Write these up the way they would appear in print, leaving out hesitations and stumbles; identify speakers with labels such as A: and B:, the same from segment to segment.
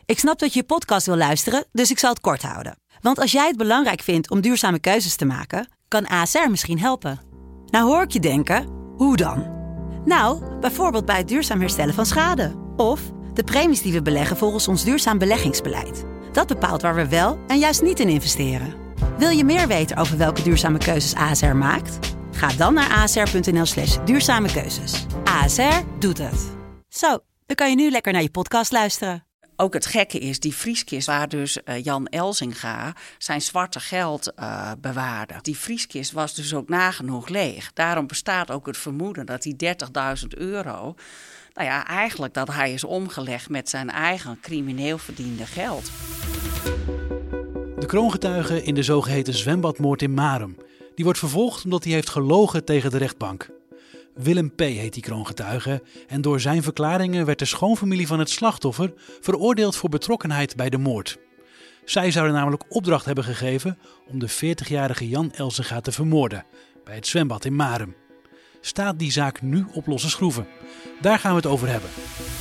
A: Ik snap dat je podcast wil luisteren, dus ik zal het kort houden. Want als jij het belangrijk vindt om duurzame keuzes te maken, kan ASR misschien helpen. Nou hoor ik je denken, hoe dan? Nou, bijvoorbeeld bij het duurzaam herstellen van schade. Of de premies die we beleggen volgens ons duurzaam beleggingsbeleid. Dat bepaalt waar we wel en juist niet in investeren. Wil je meer weten over welke duurzame keuzes ASR maakt? Ga dan naar asr.nl/duurzame keuzes. ASR doet het. Zo, dan kan je nu lekker naar je podcast luisteren.
B: Ook het gekke is, die vrieskist waar dus Jan Elzinga zijn zwarte geld bewaarde. Die vrieskist was dus ook nagenoeg leeg. Daarom bestaat ook het vermoeden dat die €30.000... nou ja, eigenlijk dat hij is omgelegd met zijn eigen crimineel verdiende geld.
C: De kroongetuige in de zogeheten zwembadmoord in Marum. Die wordt vervolgd omdat hij heeft gelogen tegen de rechtbank. Willem P. heet die kroongetuige en door zijn verklaringen werd de schoonfamilie van het slachtoffer veroordeeld voor betrokkenheid bij de moord. Zij zouden namelijk opdracht hebben gegeven om de 40-jarige Jan Elzinga te vermoorden bij het zwembad in Marum. Staat die zaak nu op losse schroeven? Daar gaan we het over hebben.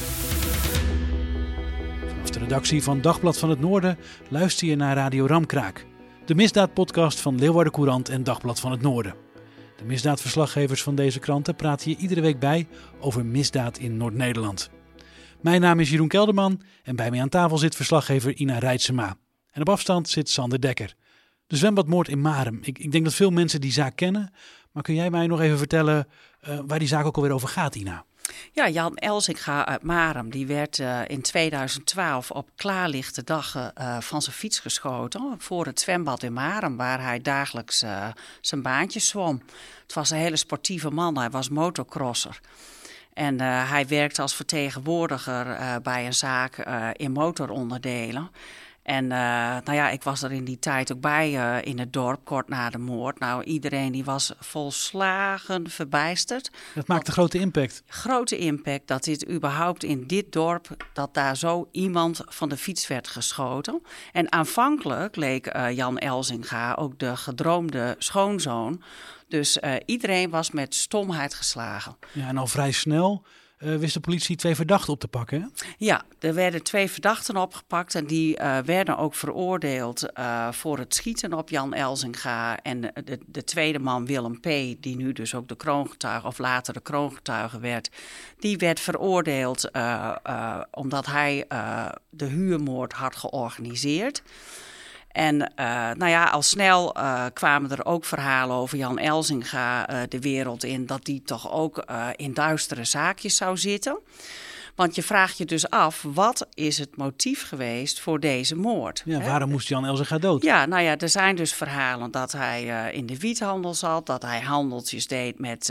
C: Vanaf de redactie van Dagblad van het Noorden luister je naar Radio Ramkraak, de misdaadpodcast van Leeuwarden Courant en Dagblad van het Noorden. De misdaadverslaggevers van deze kranten praten je iedere week bij over misdaad in Noord-Nederland. Mijn naam is Jeroen Kelderman en bij mij aan tafel zit verslaggever Ina Reitsema. En op afstand zit Sander Dekker. De zwembadmoord in Marum. Ik denk dat veel mensen die zaak kennen. Maar kun jij mij nog even vertellen waar die zaak ook alweer over gaat, Ina?
B: Ja, Jan Elzinga uit Marum die werd in 2012 op klaarlichte dag van zijn fiets geschoten voor het zwembad in Marum, waar hij dagelijks zijn baantjes zwom. Het was een hele sportieve man, hij was motocrosser. En hij werkte als vertegenwoordiger bij een zaak in motoronderdelen. En nou ja, ik was er in die tijd ook bij in het dorp, kort na de moord. Nou, iedereen die was volslagen verbijsterd.
C: Dat maakt een grote impact.
B: Grote impact dat dit überhaupt in dit dorp, dat daar zo iemand van de fiets werd geschoten. En aanvankelijk leek Jan Elzinga ook de gedroomde schoonzoon. Dus iedereen was met stomheid geslagen.
C: Ja, en al vrij snel wist de politie 2 verdachten op te pakken, hè?
B: Ja, er werden 2 verdachten opgepakt en die werden ook veroordeeld voor het schieten op Jan Elzinga. En de tweede man, Willem P., die nu dus ook de kroongetuige of later de kroongetuige werd, die werd veroordeeld omdat hij de huurmoord had georganiseerd. En nou ja, al snel kwamen er ook verhalen over Jan Elzinga de wereld in, dat die toch ook in duistere zaakjes zou zitten. Want je vraagt je dus af, wat is het motief geweest voor deze moord?
C: Ja, waarom moest Jan Elzinga dood?
B: Ja, nou ja, er zijn dus verhalen dat hij in de wiethandel zat, dat hij handeltjes deed met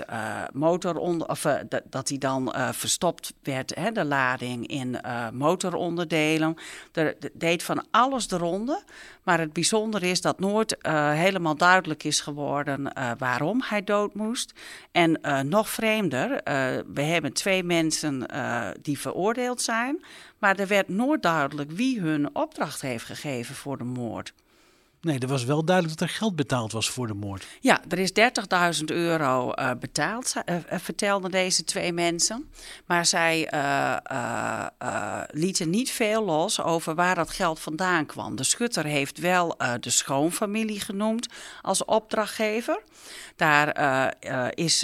B: dat hij dan verstopt werd, de lading in motoronderdelen. Er deed van alles de ronde, maar het bijzondere is dat nooit helemaal duidelijk is geworden waarom hij dood moest. En nog vreemder, we hebben 2 mensen die veroordeeld zijn, maar er werd nooit duidelijk wie hun opdracht heeft gegeven voor de moord.
C: Nee, er was wel duidelijk dat er geld betaald was voor de moord.
B: Ja, er is €30.000 betaald, vertelden deze 2 mensen. Maar zij lieten niet veel los over waar dat geld vandaan kwam. De schutter heeft wel de schoonfamilie genoemd als opdrachtgever. Daar is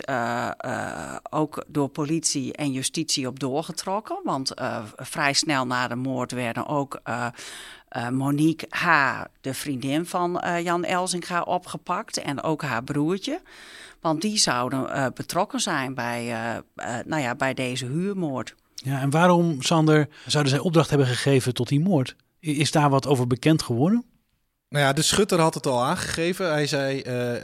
B: ook door politie en justitie op doorgetrokken. Want vrij snel na de moord werden ook Monique H., de vriendin van Jan Elzinga, opgepakt. En ook haar broertje. Want die zouden betrokken zijn bij deze huurmoord.
C: Ja, en waarom, Sander, zouden zij opdracht hebben gegeven tot die moord? Is daar wat over bekend geworden?
D: Nou ja, de schutter had het al aangegeven. Hij zei,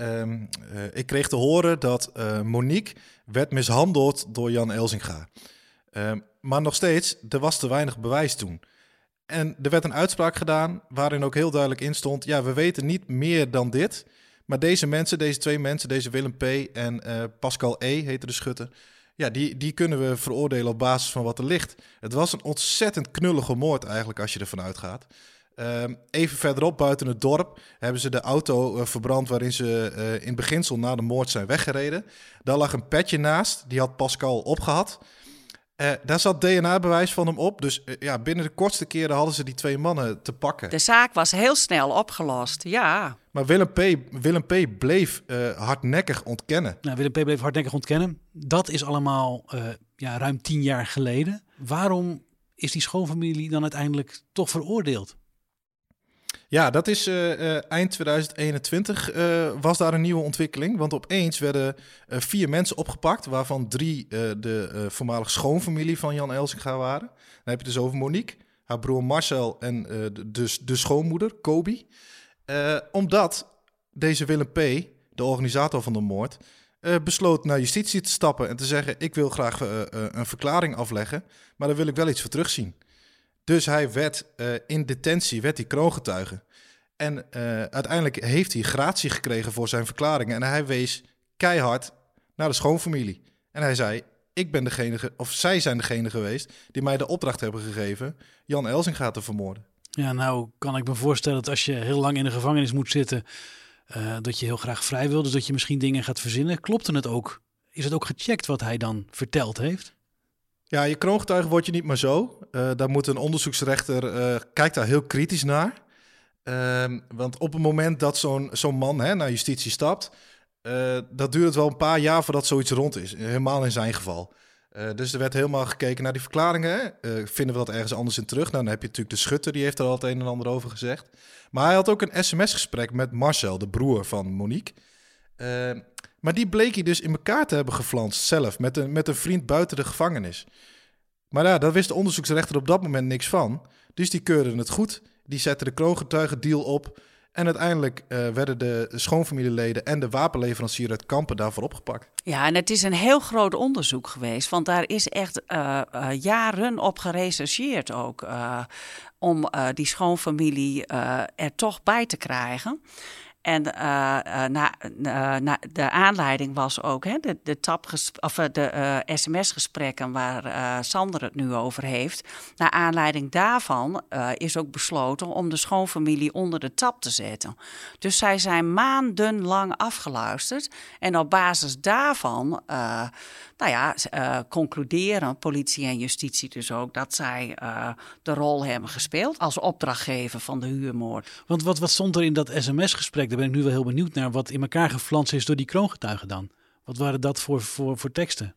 D: ik kreeg te horen dat Monique werd mishandeld door Jan Elzinga. Maar nog steeds, er was te weinig bewijs toen. En er werd een uitspraak gedaan waarin ook heel duidelijk in stond, ja, we weten niet meer dan dit. Maar deze mensen, deze 2 mensen, deze Willem P. en Pascal E. heette de schutter, ja, die kunnen we veroordelen op basis van wat er ligt. Het was een ontzettend knullige moord eigenlijk als je ervan uitgaat. Even verderop buiten het dorp hebben ze de auto verbrand waarin ze in beginsel na de moord zijn weggereden. Daar lag een petje naast, die had Pascal opgehad. Daar zat DNA-bewijs van hem op. Dus binnen de kortste keren hadden ze die 2 mannen te pakken.
B: De zaak was heel snel opgelost, ja.
D: Maar Willem P. bleef hardnekkig ontkennen.
C: Nou, Willem P. bleef hardnekkig ontkennen. Dat is allemaal ruim 10 jaar geleden. Waarom is die schoonfamilie dan uiteindelijk toch veroordeeld?
D: Ja, dat is eind 2021 was daar een nieuwe ontwikkeling. Want opeens werden 4 mensen opgepakt, waarvan 3 de voormalige schoonfamilie van Jan Elzinga waren. Dan heb je het dus over Monique, haar broer Marcel en de schoonmoeder, Kobi. Omdat deze Willem P., de organisator van de moord, besloot naar justitie te stappen en te zeggen: ik wil graag een verklaring afleggen, maar daar wil ik wel iets voor terugzien. Dus hij werd in detentie, werd hij kroongetuige. En uiteindelijk heeft hij gratie gekregen voor zijn verklaringen. En hij wees keihard naar de schoonfamilie. En hij zei: zij zijn degene geweest die mij de opdracht hebben gegeven Jan Elzinga te vermoorden.
C: Ja, nou kan ik me voorstellen dat als je heel lang in de gevangenis moet zitten, dat je heel graag vrij wil. Dus dat je misschien dingen gaat verzinnen. Klopte het ook? Is het ook gecheckt wat hij dan verteld heeft?
D: Ja, je kroongetuige word je niet maar zo. Daar moet een onderzoeksrechter kijkt daar heel kritisch naar. Want op het moment dat zo'n man naar justitie stapt, dat duurt wel een paar jaar voordat zoiets rond is. Helemaal in zijn geval. Dus er werd helemaal gekeken naar die verklaringen. Vinden we dat ergens anders in terug? Nou, dan heb je natuurlijk de Schutter, die heeft er al het een en ander over gezegd. Maar hij had ook een sms-gesprek met Marcel, de broer van Monique. Maar die bleek hij dus in elkaar te hebben geflanst zelf, met een vriend buiten de gevangenis. Maar ja, daar wist de onderzoeksrechter op dat moment niks van. Dus die keurde het goed. Die zette de kroongetuigendeal op. En uiteindelijk werden de schoonfamilieleden en de wapenleverancier uit Kampen daarvoor opgepakt.
B: Ja, en het is een heel groot onderzoek geweest. Want daar is echt jaren op gerechercheerd ook. Om die schoonfamilie er toch bij te krijgen. En de aanleiding was ook de sms-gesprekken waar Sander het nu over heeft. Naar aanleiding daarvan is ook besloten om de schoonfamilie onder de tap te zetten. Dus zij zijn maandenlang afgeluisterd. En op basis daarvan concluderen politie en justitie dus ook dat zij de rol hebben gespeeld als opdrachtgever van de huurmoord.
C: Want wat stond er in dat sms-gesprek? Daar ben ik nu wel heel benieuwd naar. Wat in elkaar geflanst is door die kroongetuigen dan? Wat waren dat voor teksten?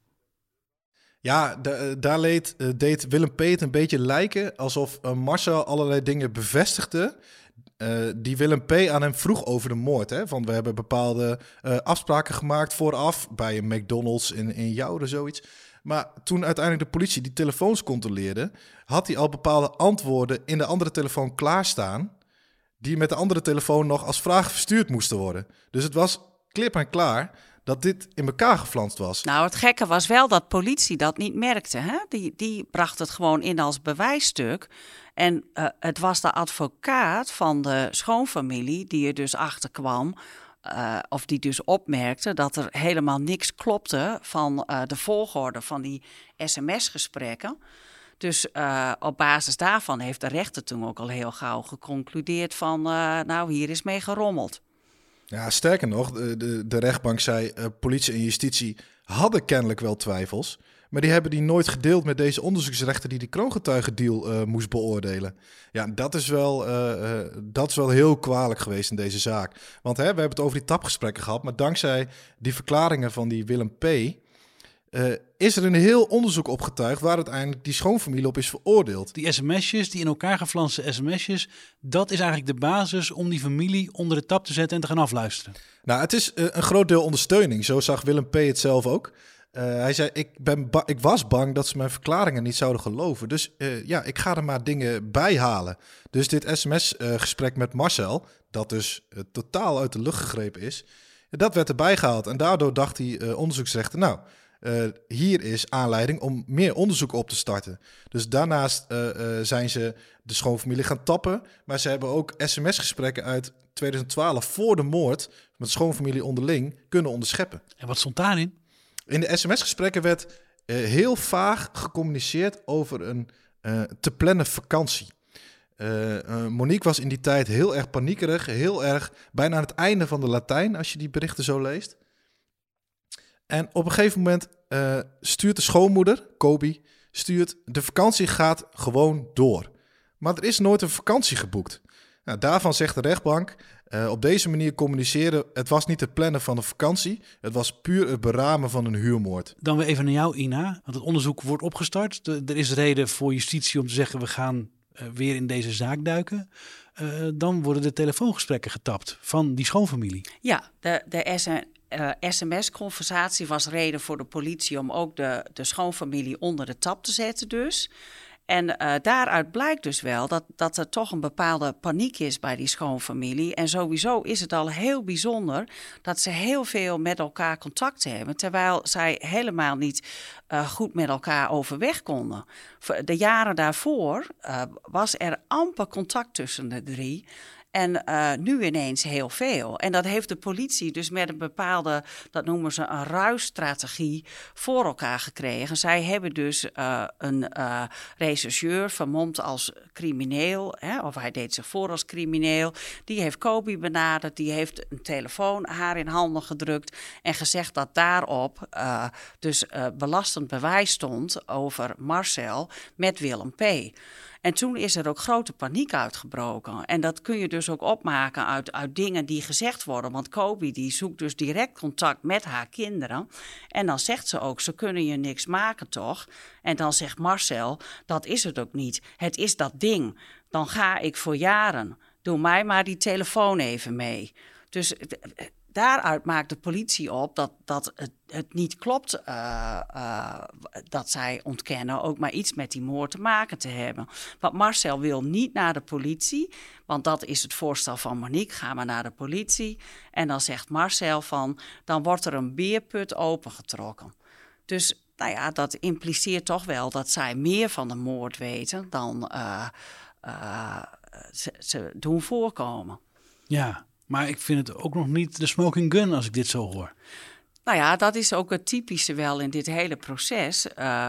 D: Ja, daar deed Willem P. het een beetje lijken alsof Marcel allerlei dingen bevestigde die Willem P. aan hem vroeg over de moord. Hè? Van we hebben bepaalde afspraken gemaakt vooraf bij een McDonald's in Jouden, zoiets. Maar toen uiteindelijk de politie die telefoons controleerde, had hij al bepaalde antwoorden in de andere telefoon klaarstaan, die met de andere telefoon nog als vraag verstuurd moesten worden. Dus het was klip en klaar dat dit in elkaar geflanst was.
B: Nou, het gekke was wel dat politie dat niet merkte. Hè? Die bracht het gewoon in als bewijsstuk. En het was de advocaat van de schoonfamilie die er dus achter kwam, of die dus opmerkte dat er helemaal niks klopte van de volgorde van die sms-gesprekken. Dus op basis daarvan heeft de rechter toen ook al heel gauw geconcludeerd van hier is mee gerommeld.
D: Ja, sterker nog, de rechtbank zei politie en justitie hadden kennelijk wel twijfels, maar die hebben die nooit gedeeld met deze onderzoeksrechter die de kroongetuigendeal moest beoordelen. Ja, dat is wel heel kwalijk geweest in deze zaak. Want we hebben het over die tapgesprekken gehad, maar dankzij die verklaringen van die Willem P. Is er een heel onderzoek opgetuigd waar uiteindelijk die schoonfamilie op is veroordeeld.
C: Die sms'jes, die in elkaar geflanste sms'jes, dat is eigenlijk de basis om die familie onder de tap te zetten en te gaan afluisteren. Nou,
D: het is een groot deel ondersteuning. Zo zag Willem P. het zelf ook. Hij zei, ik was bang dat ze mijn verklaringen niet zouden geloven. Dus ik ga er maar dingen bij halen. Dus dit sms-gesprek met Marcel, dat dus totaal uit de lucht gegrepen is, dat werd erbij gehaald. En daardoor dacht die onderzoeksrechter, hier is aanleiding om meer onderzoek op te starten. Dus daarnaast zijn ze de schoonfamilie gaan tappen. Maar ze hebben ook sms-gesprekken uit 2012 voor de moord met de schoonfamilie onderling kunnen onderscheppen.
C: En wat stond daarin?
D: In de sms-gesprekken werd heel vaag gecommuniceerd over een te plannen vakantie. Monique was in die tijd heel erg paniekerig, heel erg bijna aan het einde van de Latijn, als je die berichten zo leest. En op een gegeven moment stuurt de schoonmoeder, Kobi, stuurt: de vakantie gaat gewoon door. Maar er is nooit een vakantie geboekt. Nou, daarvan zegt de rechtbank: op deze manier communiceren, het was niet het plannen van een vakantie, het was puur het beramen van een huurmoord.
C: Dan weer even naar jou, Ina, want het onderzoek wordt opgestart. Er is reden voor justitie om te zeggen, we gaan weer in deze zaak duiken. Dan worden de telefoongesprekken getapt van die schoonfamilie.
B: Ja, de sms-conversatie was reden voor de politie om ook de schoonfamilie onder de tap te zetten dus. En daaruit blijkt dus wel dat er toch een bepaalde paniek is bij die schoonfamilie. En sowieso is het al heel bijzonder dat ze heel veel met elkaar contact hebben, terwijl zij helemaal niet goed met elkaar overweg konden. De jaren daarvoor was er amper contact tussen de drie. En nu ineens heel veel. En dat heeft de politie dus met een bepaalde, dat noemen ze een ruisstrategie, voor elkaar gekregen. Zij hebben dus een rechercheur vermomd als crimineel, of hij deed zich voor als crimineel. Die heeft Kobi benaderd, die heeft een telefoon haar in handen gedrukt en gezegd dat daarop dus belastend bewijs stond over Marcel met Willem P. En toen is er ook grote paniek uitgebroken. En dat kun je dus ook opmaken uit dingen die gezegd worden. Want Kobi die zoekt dus direct contact met haar kinderen. En dan zegt ze ook, ze kunnen je niks maken toch? En dan zegt Marcel, dat is het ook niet. Het is dat ding. Dan ga ik voor jaren. Doe mij maar die telefoon even mee. Dus daaruit maakt de politie op dat het niet klopt dat zij ontkennen ook maar iets met die moord te maken te hebben. Want Marcel wil niet naar de politie, want dat is het voorstel van Monique. Ga maar naar de politie. En dan zegt Marcel dan wordt er een beerput opengetrokken. Dus nou ja, dat impliceert toch wel dat zij meer van de moord weten dan ze doen voorkomen.
C: Ja. Maar ik vind het ook nog niet de smoking gun als ik dit zo hoor.
B: Nou ja, dat is ook het typische wel in dit hele proces.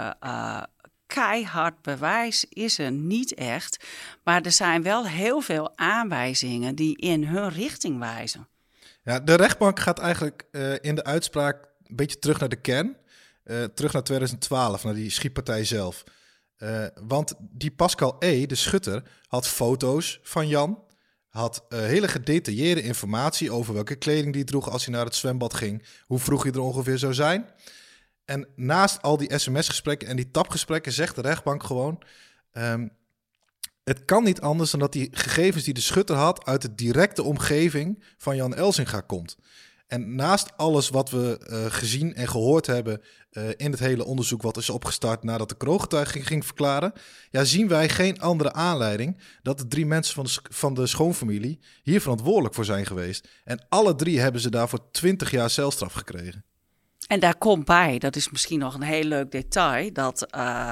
B: Keihard bewijs is er niet echt. Maar er zijn wel heel veel aanwijzingen die in hun richting wijzen.
D: Ja, de rechtbank gaat eigenlijk in de uitspraak een beetje terug naar de kern. Terug naar 2012, naar die schietpartij zelf. Want die Pascal E., de schutter, had foto's van Jan. Had hele gedetailleerde informatie over welke kleding die droeg als hij naar het zwembad ging. Hoe vroeg hij er ongeveer zou zijn. En naast al die sms-gesprekken en die tapgesprekken zegt de rechtbank gewoon: het kan niet anders dan dat die gegevens die de schutter had uit de directe omgeving van Jan Elzinga komt. En naast alles wat we gezien en gehoord hebben in het hele onderzoek wat is opgestart nadat de kroongetuige ging verklaren, ja, zien wij geen andere aanleiding dat de 3 mensen van de schoonfamilie hier verantwoordelijk voor zijn geweest. En alle 3 hebben ze daarvoor 20 jaar celstraf gekregen.
B: En daar komt bij, dat is misschien nog een heel leuk detail, dat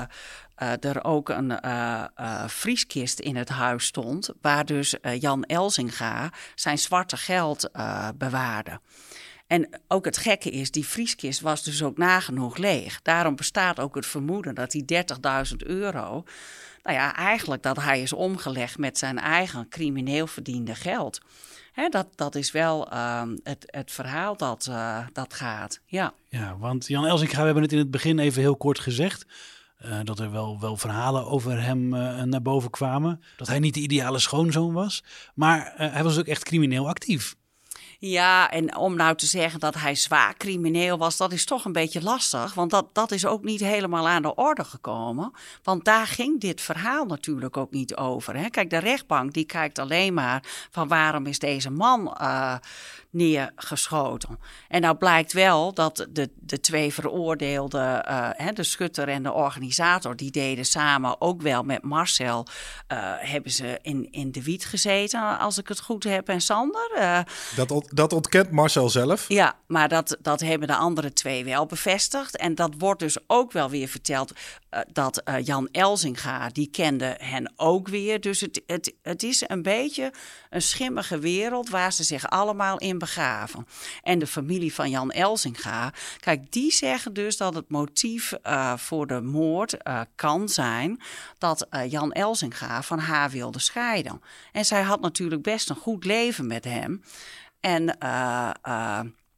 B: er ook een vrieskist in het huis stond, waar dus Jan Elzinga zijn zwarte geld bewaarde. En ook het gekke is, die vrieskist was dus ook nagenoeg leeg. Daarom bestaat ook het vermoeden dat die €30.000, nou ja, eigenlijk dat hij is omgelegd met zijn eigen crimineel verdiende geld. Dat is wel het verhaal dat gaat, ja.
C: Ja, want Jan Elzinga, we hebben het in het begin even heel kort gezegd, dat er wel verhalen over hem naar boven kwamen. Dat hij niet de ideale schoonzoon was, maar hij was ook echt crimineel actief.
B: Ja, en om nou te zeggen dat hij zwaar crimineel was, dat is toch een beetje lastig. Want dat is ook niet helemaal aan de orde gekomen. Want daar ging dit verhaal natuurlijk ook niet over. Hè? Kijk, de rechtbank die kijkt alleen maar van waarom is deze man neergeschoten. En nou blijkt wel dat de 2 veroordeelden, de schutter en de organisator, die deden samen ook wel met Marcel, hebben ze in de wiet gezeten, als ik het goed heb, en Sander.
D: Dat ontkent Marcel zelf.
B: Ja, maar dat hebben de andere 2 wel bevestigd. En dat wordt dus ook wel weer verteld dat Jan Elzinga, die kende hen ook weer. Dus het is een beetje een schimmige wereld waar ze zich allemaal in begaven. En de familie van Jan Elzinga, kijk, die zeggen dus dat het motief voor de moord kan zijn dat Jan Elzinga van haar wilde scheiden. En zij had natuurlijk best een goed leven met hem. En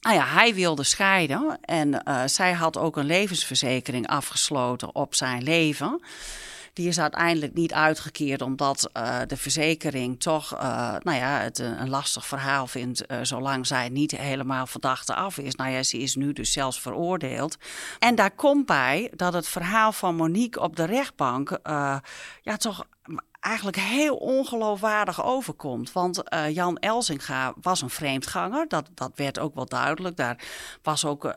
B: Nou ja, hij wilde scheiden en zij had ook een levensverzekering afgesloten op zijn leven. Die is uiteindelijk niet uitgekeerd omdat de verzekering toch het een lastig verhaal vindt zolang zij niet helemaal verdachte af is. Nou ja, ze is nu dus zelfs veroordeeld. En daar komt bij dat het verhaal van Monique op de rechtbank toch eigenlijk heel ongeloofwaardig overkomt. Want Jan Elzinga was een vreemdganger. Dat werd ook wel duidelijk. Daar was ook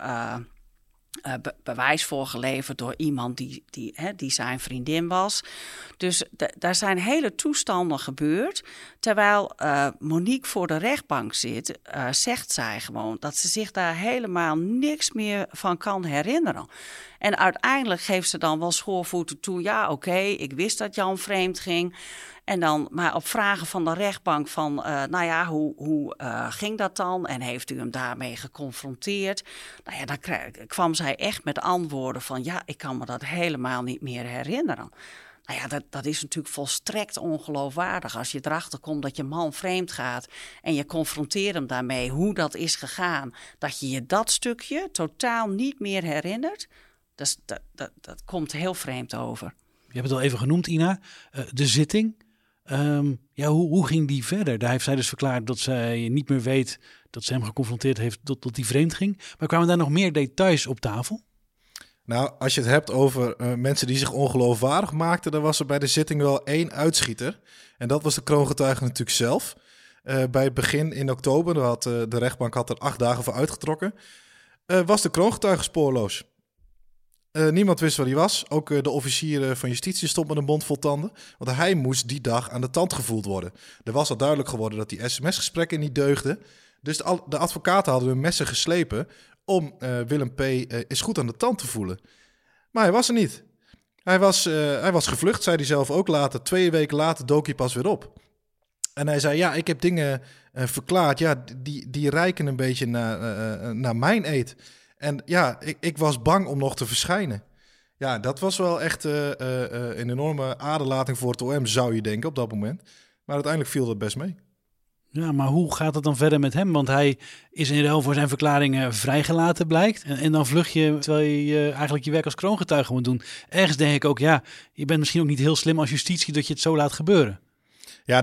B: bewijs voor geleverd door iemand die zijn vriendin was. Dus daar zijn hele toestanden gebeurd. Terwijl Monique voor de rechtbank zit, zegt zij gewoon dat ze zich daar helemaal niks meer van kan herinneren. En uiteindelijk geeft ze dan wel schoorvoeten toe. Ja, oké, ik wist dat Jan vreemd ging. En dan, maar op vragen van de rechtbank van, hoe ging dat dan? En heeft u hem daarmee geconfronteerd? Nou ja, dan kwam zij echt met antwoorden van, ja, ik kan me dat helemaal niet meer herinneren. Nou ja, dat is natuurlijk volstrekt ongeloofwaardig. Als je erachter komt dat je man vreemd gaat en je confronteert hem daarmee hoe dat is gegaan, dat je dat stukje totaal niet meer herinnert, dat komt heel vreemd over.
C: Je hebt het al even genoemd, Ina. De zitting. Hoe ging die verder? Daar heeft zij dus verklaard dat zij niet meer weet dat ze hem geconfronteerd heeft tot die vreemd ging. Maar kwamen daar nog meer details op tafel?
D: Nou, als je het hebt over mensen die zich ongeloofwaardig maakten, dan was er bij de zitting wel 1 uitschieter. En dat was de kroongetuige natuurlijk zelf. Bij het begin in oktober, de rechtbank had er 8 dagen voor uitgetrokken, was de kroongetuige spoorloos. Niemand wist waar hij was. Ook de officier van justitie stond met een mond vol tanden. Want hij moest die dag aan de tand gevoeld worden. Er was al duidelijk geworden dat die sms-gesprekken niet deugden. Dus de advocaten hadden hun messen geslepen om Willem P. eens goed aan de tand te voelen. Maar hij was er niet. Hij was gevlucht, zei hij zelf ook later. 2 weken later dook hij pas weer op. En hij zei, ja, ik heb dingen verklaard. Ja, die reiken een beetje naar mijn eed. En ja, ik was bang om nog te verschijnen. Ja, dat was wel echt een enorme aderlating voor het OM, zou je denken, op dat moment. Maar uiteindelijk viel dat best mee.
C: Ja, maar hoe gaat het dan verder met hem? Want hij is in ruil voor zijn verklaringen vrijgelaten, blijkt. En dan vlucht je, terwijl je eigenlijk je werk als kroongetuige moet doen. Ergens denk ik ook, ja, je bent misschien ook niet heel slim als justitie dat je het zo laat gebeuren.
D: Ja,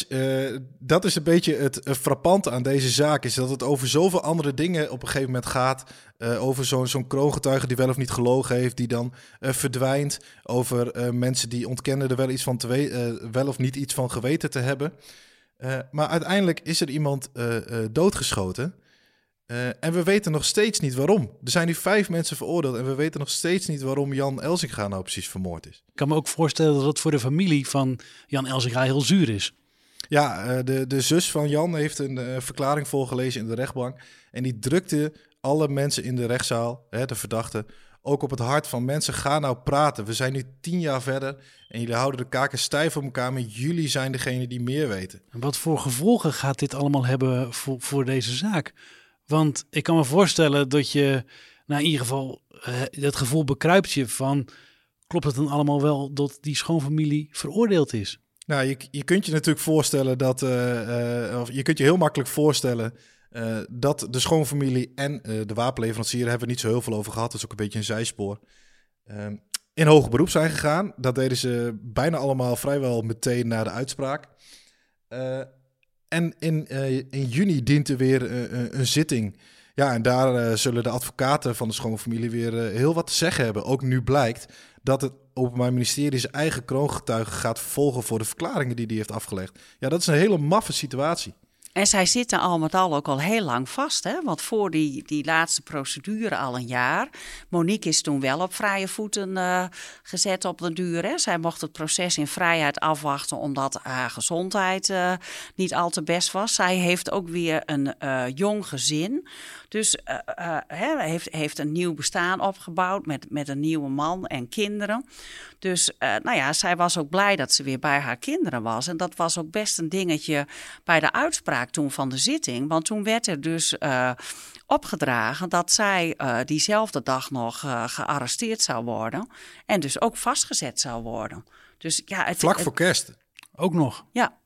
D: dat is een beetje het frappante aan deze zaak. Is dat het over zoveel andere dingen op een gegeven moment gaat. Over zo'n kroongetuige die wel of niet gelogen heeft, die dan verdwijnt. Over mensen die ontkennen er wel of niet iets van geweten te hebben. Maar uiteindelijk is er iemand doodgeschoten. En we weten nog steeds niet waarom. Er zijn nu 5 mensen veroordeeld en we weten nog steeds niet waarom Jan Elzinga nou precies vermoord is.
C: Ik kan me ook voorstellen dat het voor de familie van Jan Elzinga heel zuur is.
D: Ja, de zus van Jan heeft een verklaring voorgelezen in de rechtbank. En die drukte alle mensen in de rechtszaal, de verdachten, ook op het hart van mensen. Ga nou praten. We zijn nu 10 jaar verder en jullie houden de kaken stijf op elkaar. Maar jullie zijn degene die meer weten.
C: En wat voor gevolgen gaat dit allemaal hebben voor deze zaak? Want ik kan me voorstellen dat je, in ieder geval, dat gevoel bekruipt je van, klopt het dan allemaal wel dat die schoonfamilie veroordeeld is?
D: Nou, je kunt je natuurlijk voorstellen of je kunt je heel makkelijk voorstellen dat de schoonfamilie en de wapenleverancier, daar hebben we niet zo heel veel over gehad, dat is ook een beetje een zijspoor, in hoger beroep zijn gegaan. Dat deden ze bijna allemaal vrijwel meteen na de uitspraak. En in juni dient er weer een zitting. Ja, en daar zullen de advocaten van de schoonfamilie weer heel wat te zeggen hebben. Ook nu blijkt dat het Openbaar Ministerie zijn eigen kroongetuige gaat volgen voor de verklaringen die hij heeft afgelegd. Ja, dat is een hele maffe situatie.
B: En zij zitten al met al ook al heel lang vast, hè? Want voor die laatste procedure al een jaar. Monique is toen wel op vrije voeten gezet op den duur. Hè? Zij mocht het proces in vrijheid afwachten omdat haar gezondheid niet al te best was. Zij heeft ook weer een jong gezin. Dus heeft een nieuw bestaan opgebouwd met een nieuwe man en kinderen. Dus zij was ook blij dat ze weer bij haar kinderen was. En dat was ook best een dingetje bij de uitspraak toen van de zitting. Want toen werd er dus opgedragen dat zij diezelfde dag nog gearresteerd zou worden. En dus ook vastgezet zou worden. Dus, ja,
D: Vlak voor kerst.
C: Ook nog.
B: Ja.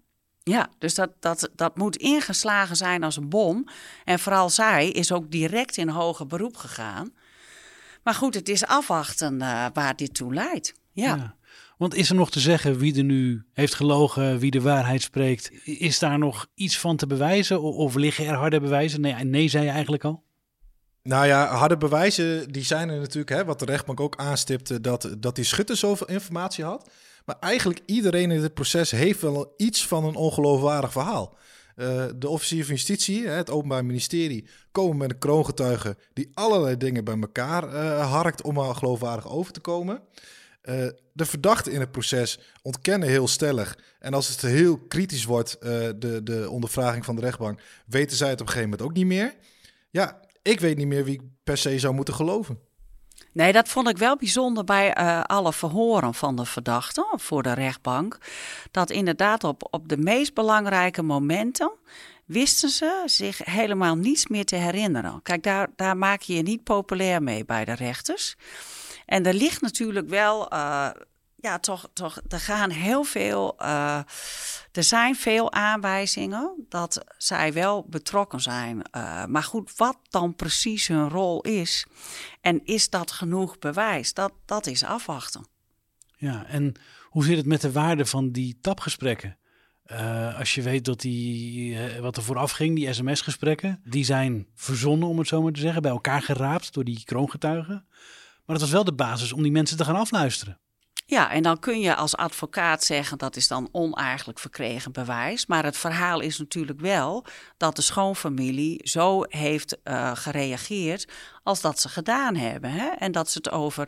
B: Ja, dus dat moet ingeslagen zijn als een bom. En vooral zij is ook direct in hoger beroep gegaan. Maar goed, het is afwachten waar dit toe leidt. Ja.
C: Want is er nog te zeggen wie er nu heeft gelogen, wie de waarheid spreekt? Is daar nog iets van te bewijzen of liggen er harde bewijzen? Nee, zei je eigenlijk al.
D: Nou ja, harde bewijzen die zijn er natuurlijk, hè, wat de rechtbank ook aanstipte, dat die Schutter zoveel informatie had. Maar eigenlijk iedereen in dit proces heeft wel iets van een ongeloofwaardig verhaal. De officier van justitie, het Openbaar Ministerie, komen met een kroongetuige die allerlei dingen bij elkaar harkt om maar geloofwaardig over te komen. De verdachten in het proces ontkennen heel stellig. En als het heel kritisch wordt, de ondervraging van de rechtbank, weten zij het op een gegeven moment ook niet meer. Ja, ik weet niet meer wie ik per se zou moeten geloven.
B: Nee, dat vond ik wel bijzonder bij alle verhoren van de verdachten voor de rechtbank. Dat inderdaad op de meest belangrijke momenten wisten ze zich helemaal niets meer te herinneren. Kijk, daar maak je je niet populair mee bij de rechters. En er ligt natuurlijk wel, er gaan heel veel, er zijn veel aanwijzingen dat zij wel betrokken zijn. Maar goed, wat dan precies hun rol is en is dat genoeg bewijs, dat is afwachten.
C: Ja, en hoe zit het met de waarde van die tapgesprekken? Als je weet dat wat er vooraf ging, die sms-gesprekken, die zijn verzonnen, om het zo maar te zeggen, bij elkaar geraapt door die kroongetuigen. Maar dat was wel de basis om die mensen te gaan afluisteren.
B: Ja, en dan kun je als advocaat zeggen dat is dan oneigenlijk verkregen bewijs. Maar het verhaal is natuurlijk wel dat de schoonfamilie zo heeft gereageerd als dat ze gedaan hebben. Hè? En dat ze het over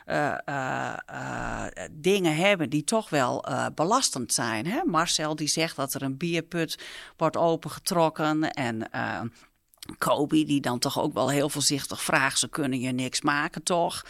B: dingen hebben die toch wel belastend zijn. Hè? Marcel die zegt dat er een bierput wordt opengetrokken en Kobi, die dan toch ook wel heel voorzichtig vraagt, ze kunnen je niks maken, toch?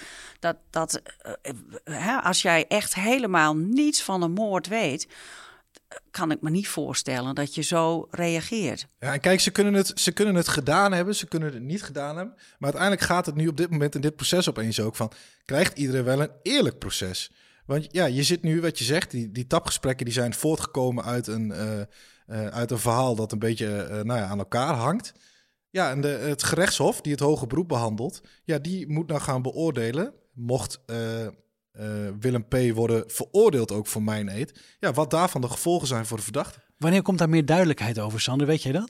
B: Als jij echt helemaal niets van een moord weet, kan ik me niet voorstellen dat je zo reageert.
D: Ja, en kijk, ze kunnen het gedaan hebben, ze kunnen het niet gedaan hebben. Maar uiteindelijk gaat het nu op dit moment in dit proces opeens ook van, krijgt iedereen wel een eerlijk proces? Want ja, je zit nu, wat je zegt, die tapgesprekken die zijn voortgekomen uit een verhaal dat een beetje aan elkaar hangt. Ja, en het gerechtshof die het hoge beroep behandelt, ja, die moet nou gaan beoordelen, mocht Willem P. worden veroordeeld ook voor meineed, ja, wat daarvan de gevolgen zijn voor de verdachte.
C: Wanneer komt daar meer duidelijkheid over, Sander? Weet jij dat?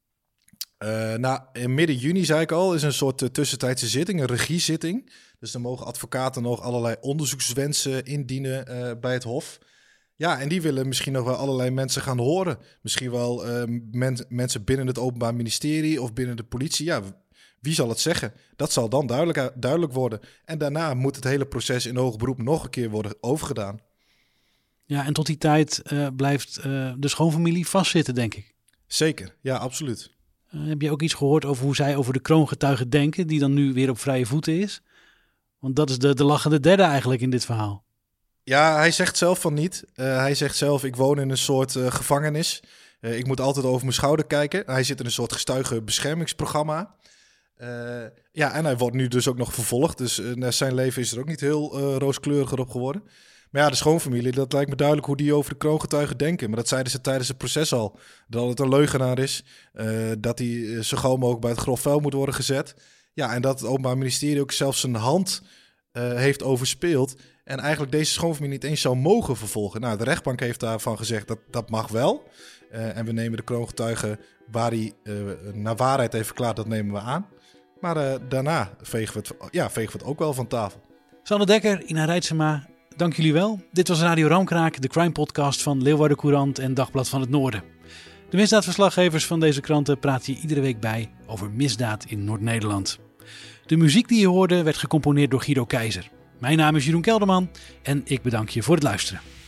D: In midden juni, zei ik al, is een soort tussentijdse zitting, een regiezitting. Dus dan mogen advocaten nog allerlei onderzoekswensen indienen bij het hof. Ja, en die willen misschien nog wel allerlei mensen gaan horen. Misschien wel mensen binnen het Openbaar Ministerie of binnen de politie. Ja, wie zal het zeggen? Dat zal dan duidelijk worden. En daarna moet het hele proces in hoger beroep nog een keer worden overgedaan.
C: Ja, en tot die tijd blijft de schoonfamilie vastzitten, denk ik.
D: Zeker, ja, absoluut.
C: Heb je ook iets gehoord over hoe zij over de kroongetuige denken, die dan nu weer op vrije voeten is? Want dat is de lachende derde eigenlijk in dit verhaal.
D: Ja, hij zegt zelf van niet. Hij zegt zelf, ik woon in een soort gevangenis. Ik moet altijd over mijn schouder kijken. Hij zit in een soort getuigenbeschermingsprogramma. En hij wordt nu dus ook nog vervolgd. Dus zijn leven is er ook niet heel rooskleuriger op geworden. Maar ja, de schoonfamilie, dat lijkt me duidelijk hoe die over de kroongetuigen denken. Maar dat zeiden ze tijdens het proces al. Dat het een leugenaar is. Dat hij zo gauw mogelijk bij het grof vuil moet worden gezet. Ja, en dat het Openbaar Ministerie ook zelfs zijn hand heeft overspeeld. En eigenlijk deze schoonfamilie niet eens zou mogen vervolgen. Nou, de rechtbank heeft daarvan gezegd dat mag wel. En we nemen de kroongetuige waar hij naar waarheid heeft verklaard, dat nemen we aan. Maar daarna vegen we het ook wel van tafel.
C: Sander Dekker, Ina Reitsema, dank jullie wel. Dit was Radio Ramkraak, de crime podcast van Leeuwarden Courant en Dagblad van het Noorden. De misdaadverslaggevers van deze kranten praten je iedere week bij over misdaad in Noord-Nederland. De muziek die je hoorde werd gecomponeerd door Guido Keizer. Mijn naam is Jeroen Kelderman en ik bedank je voor het luisteren.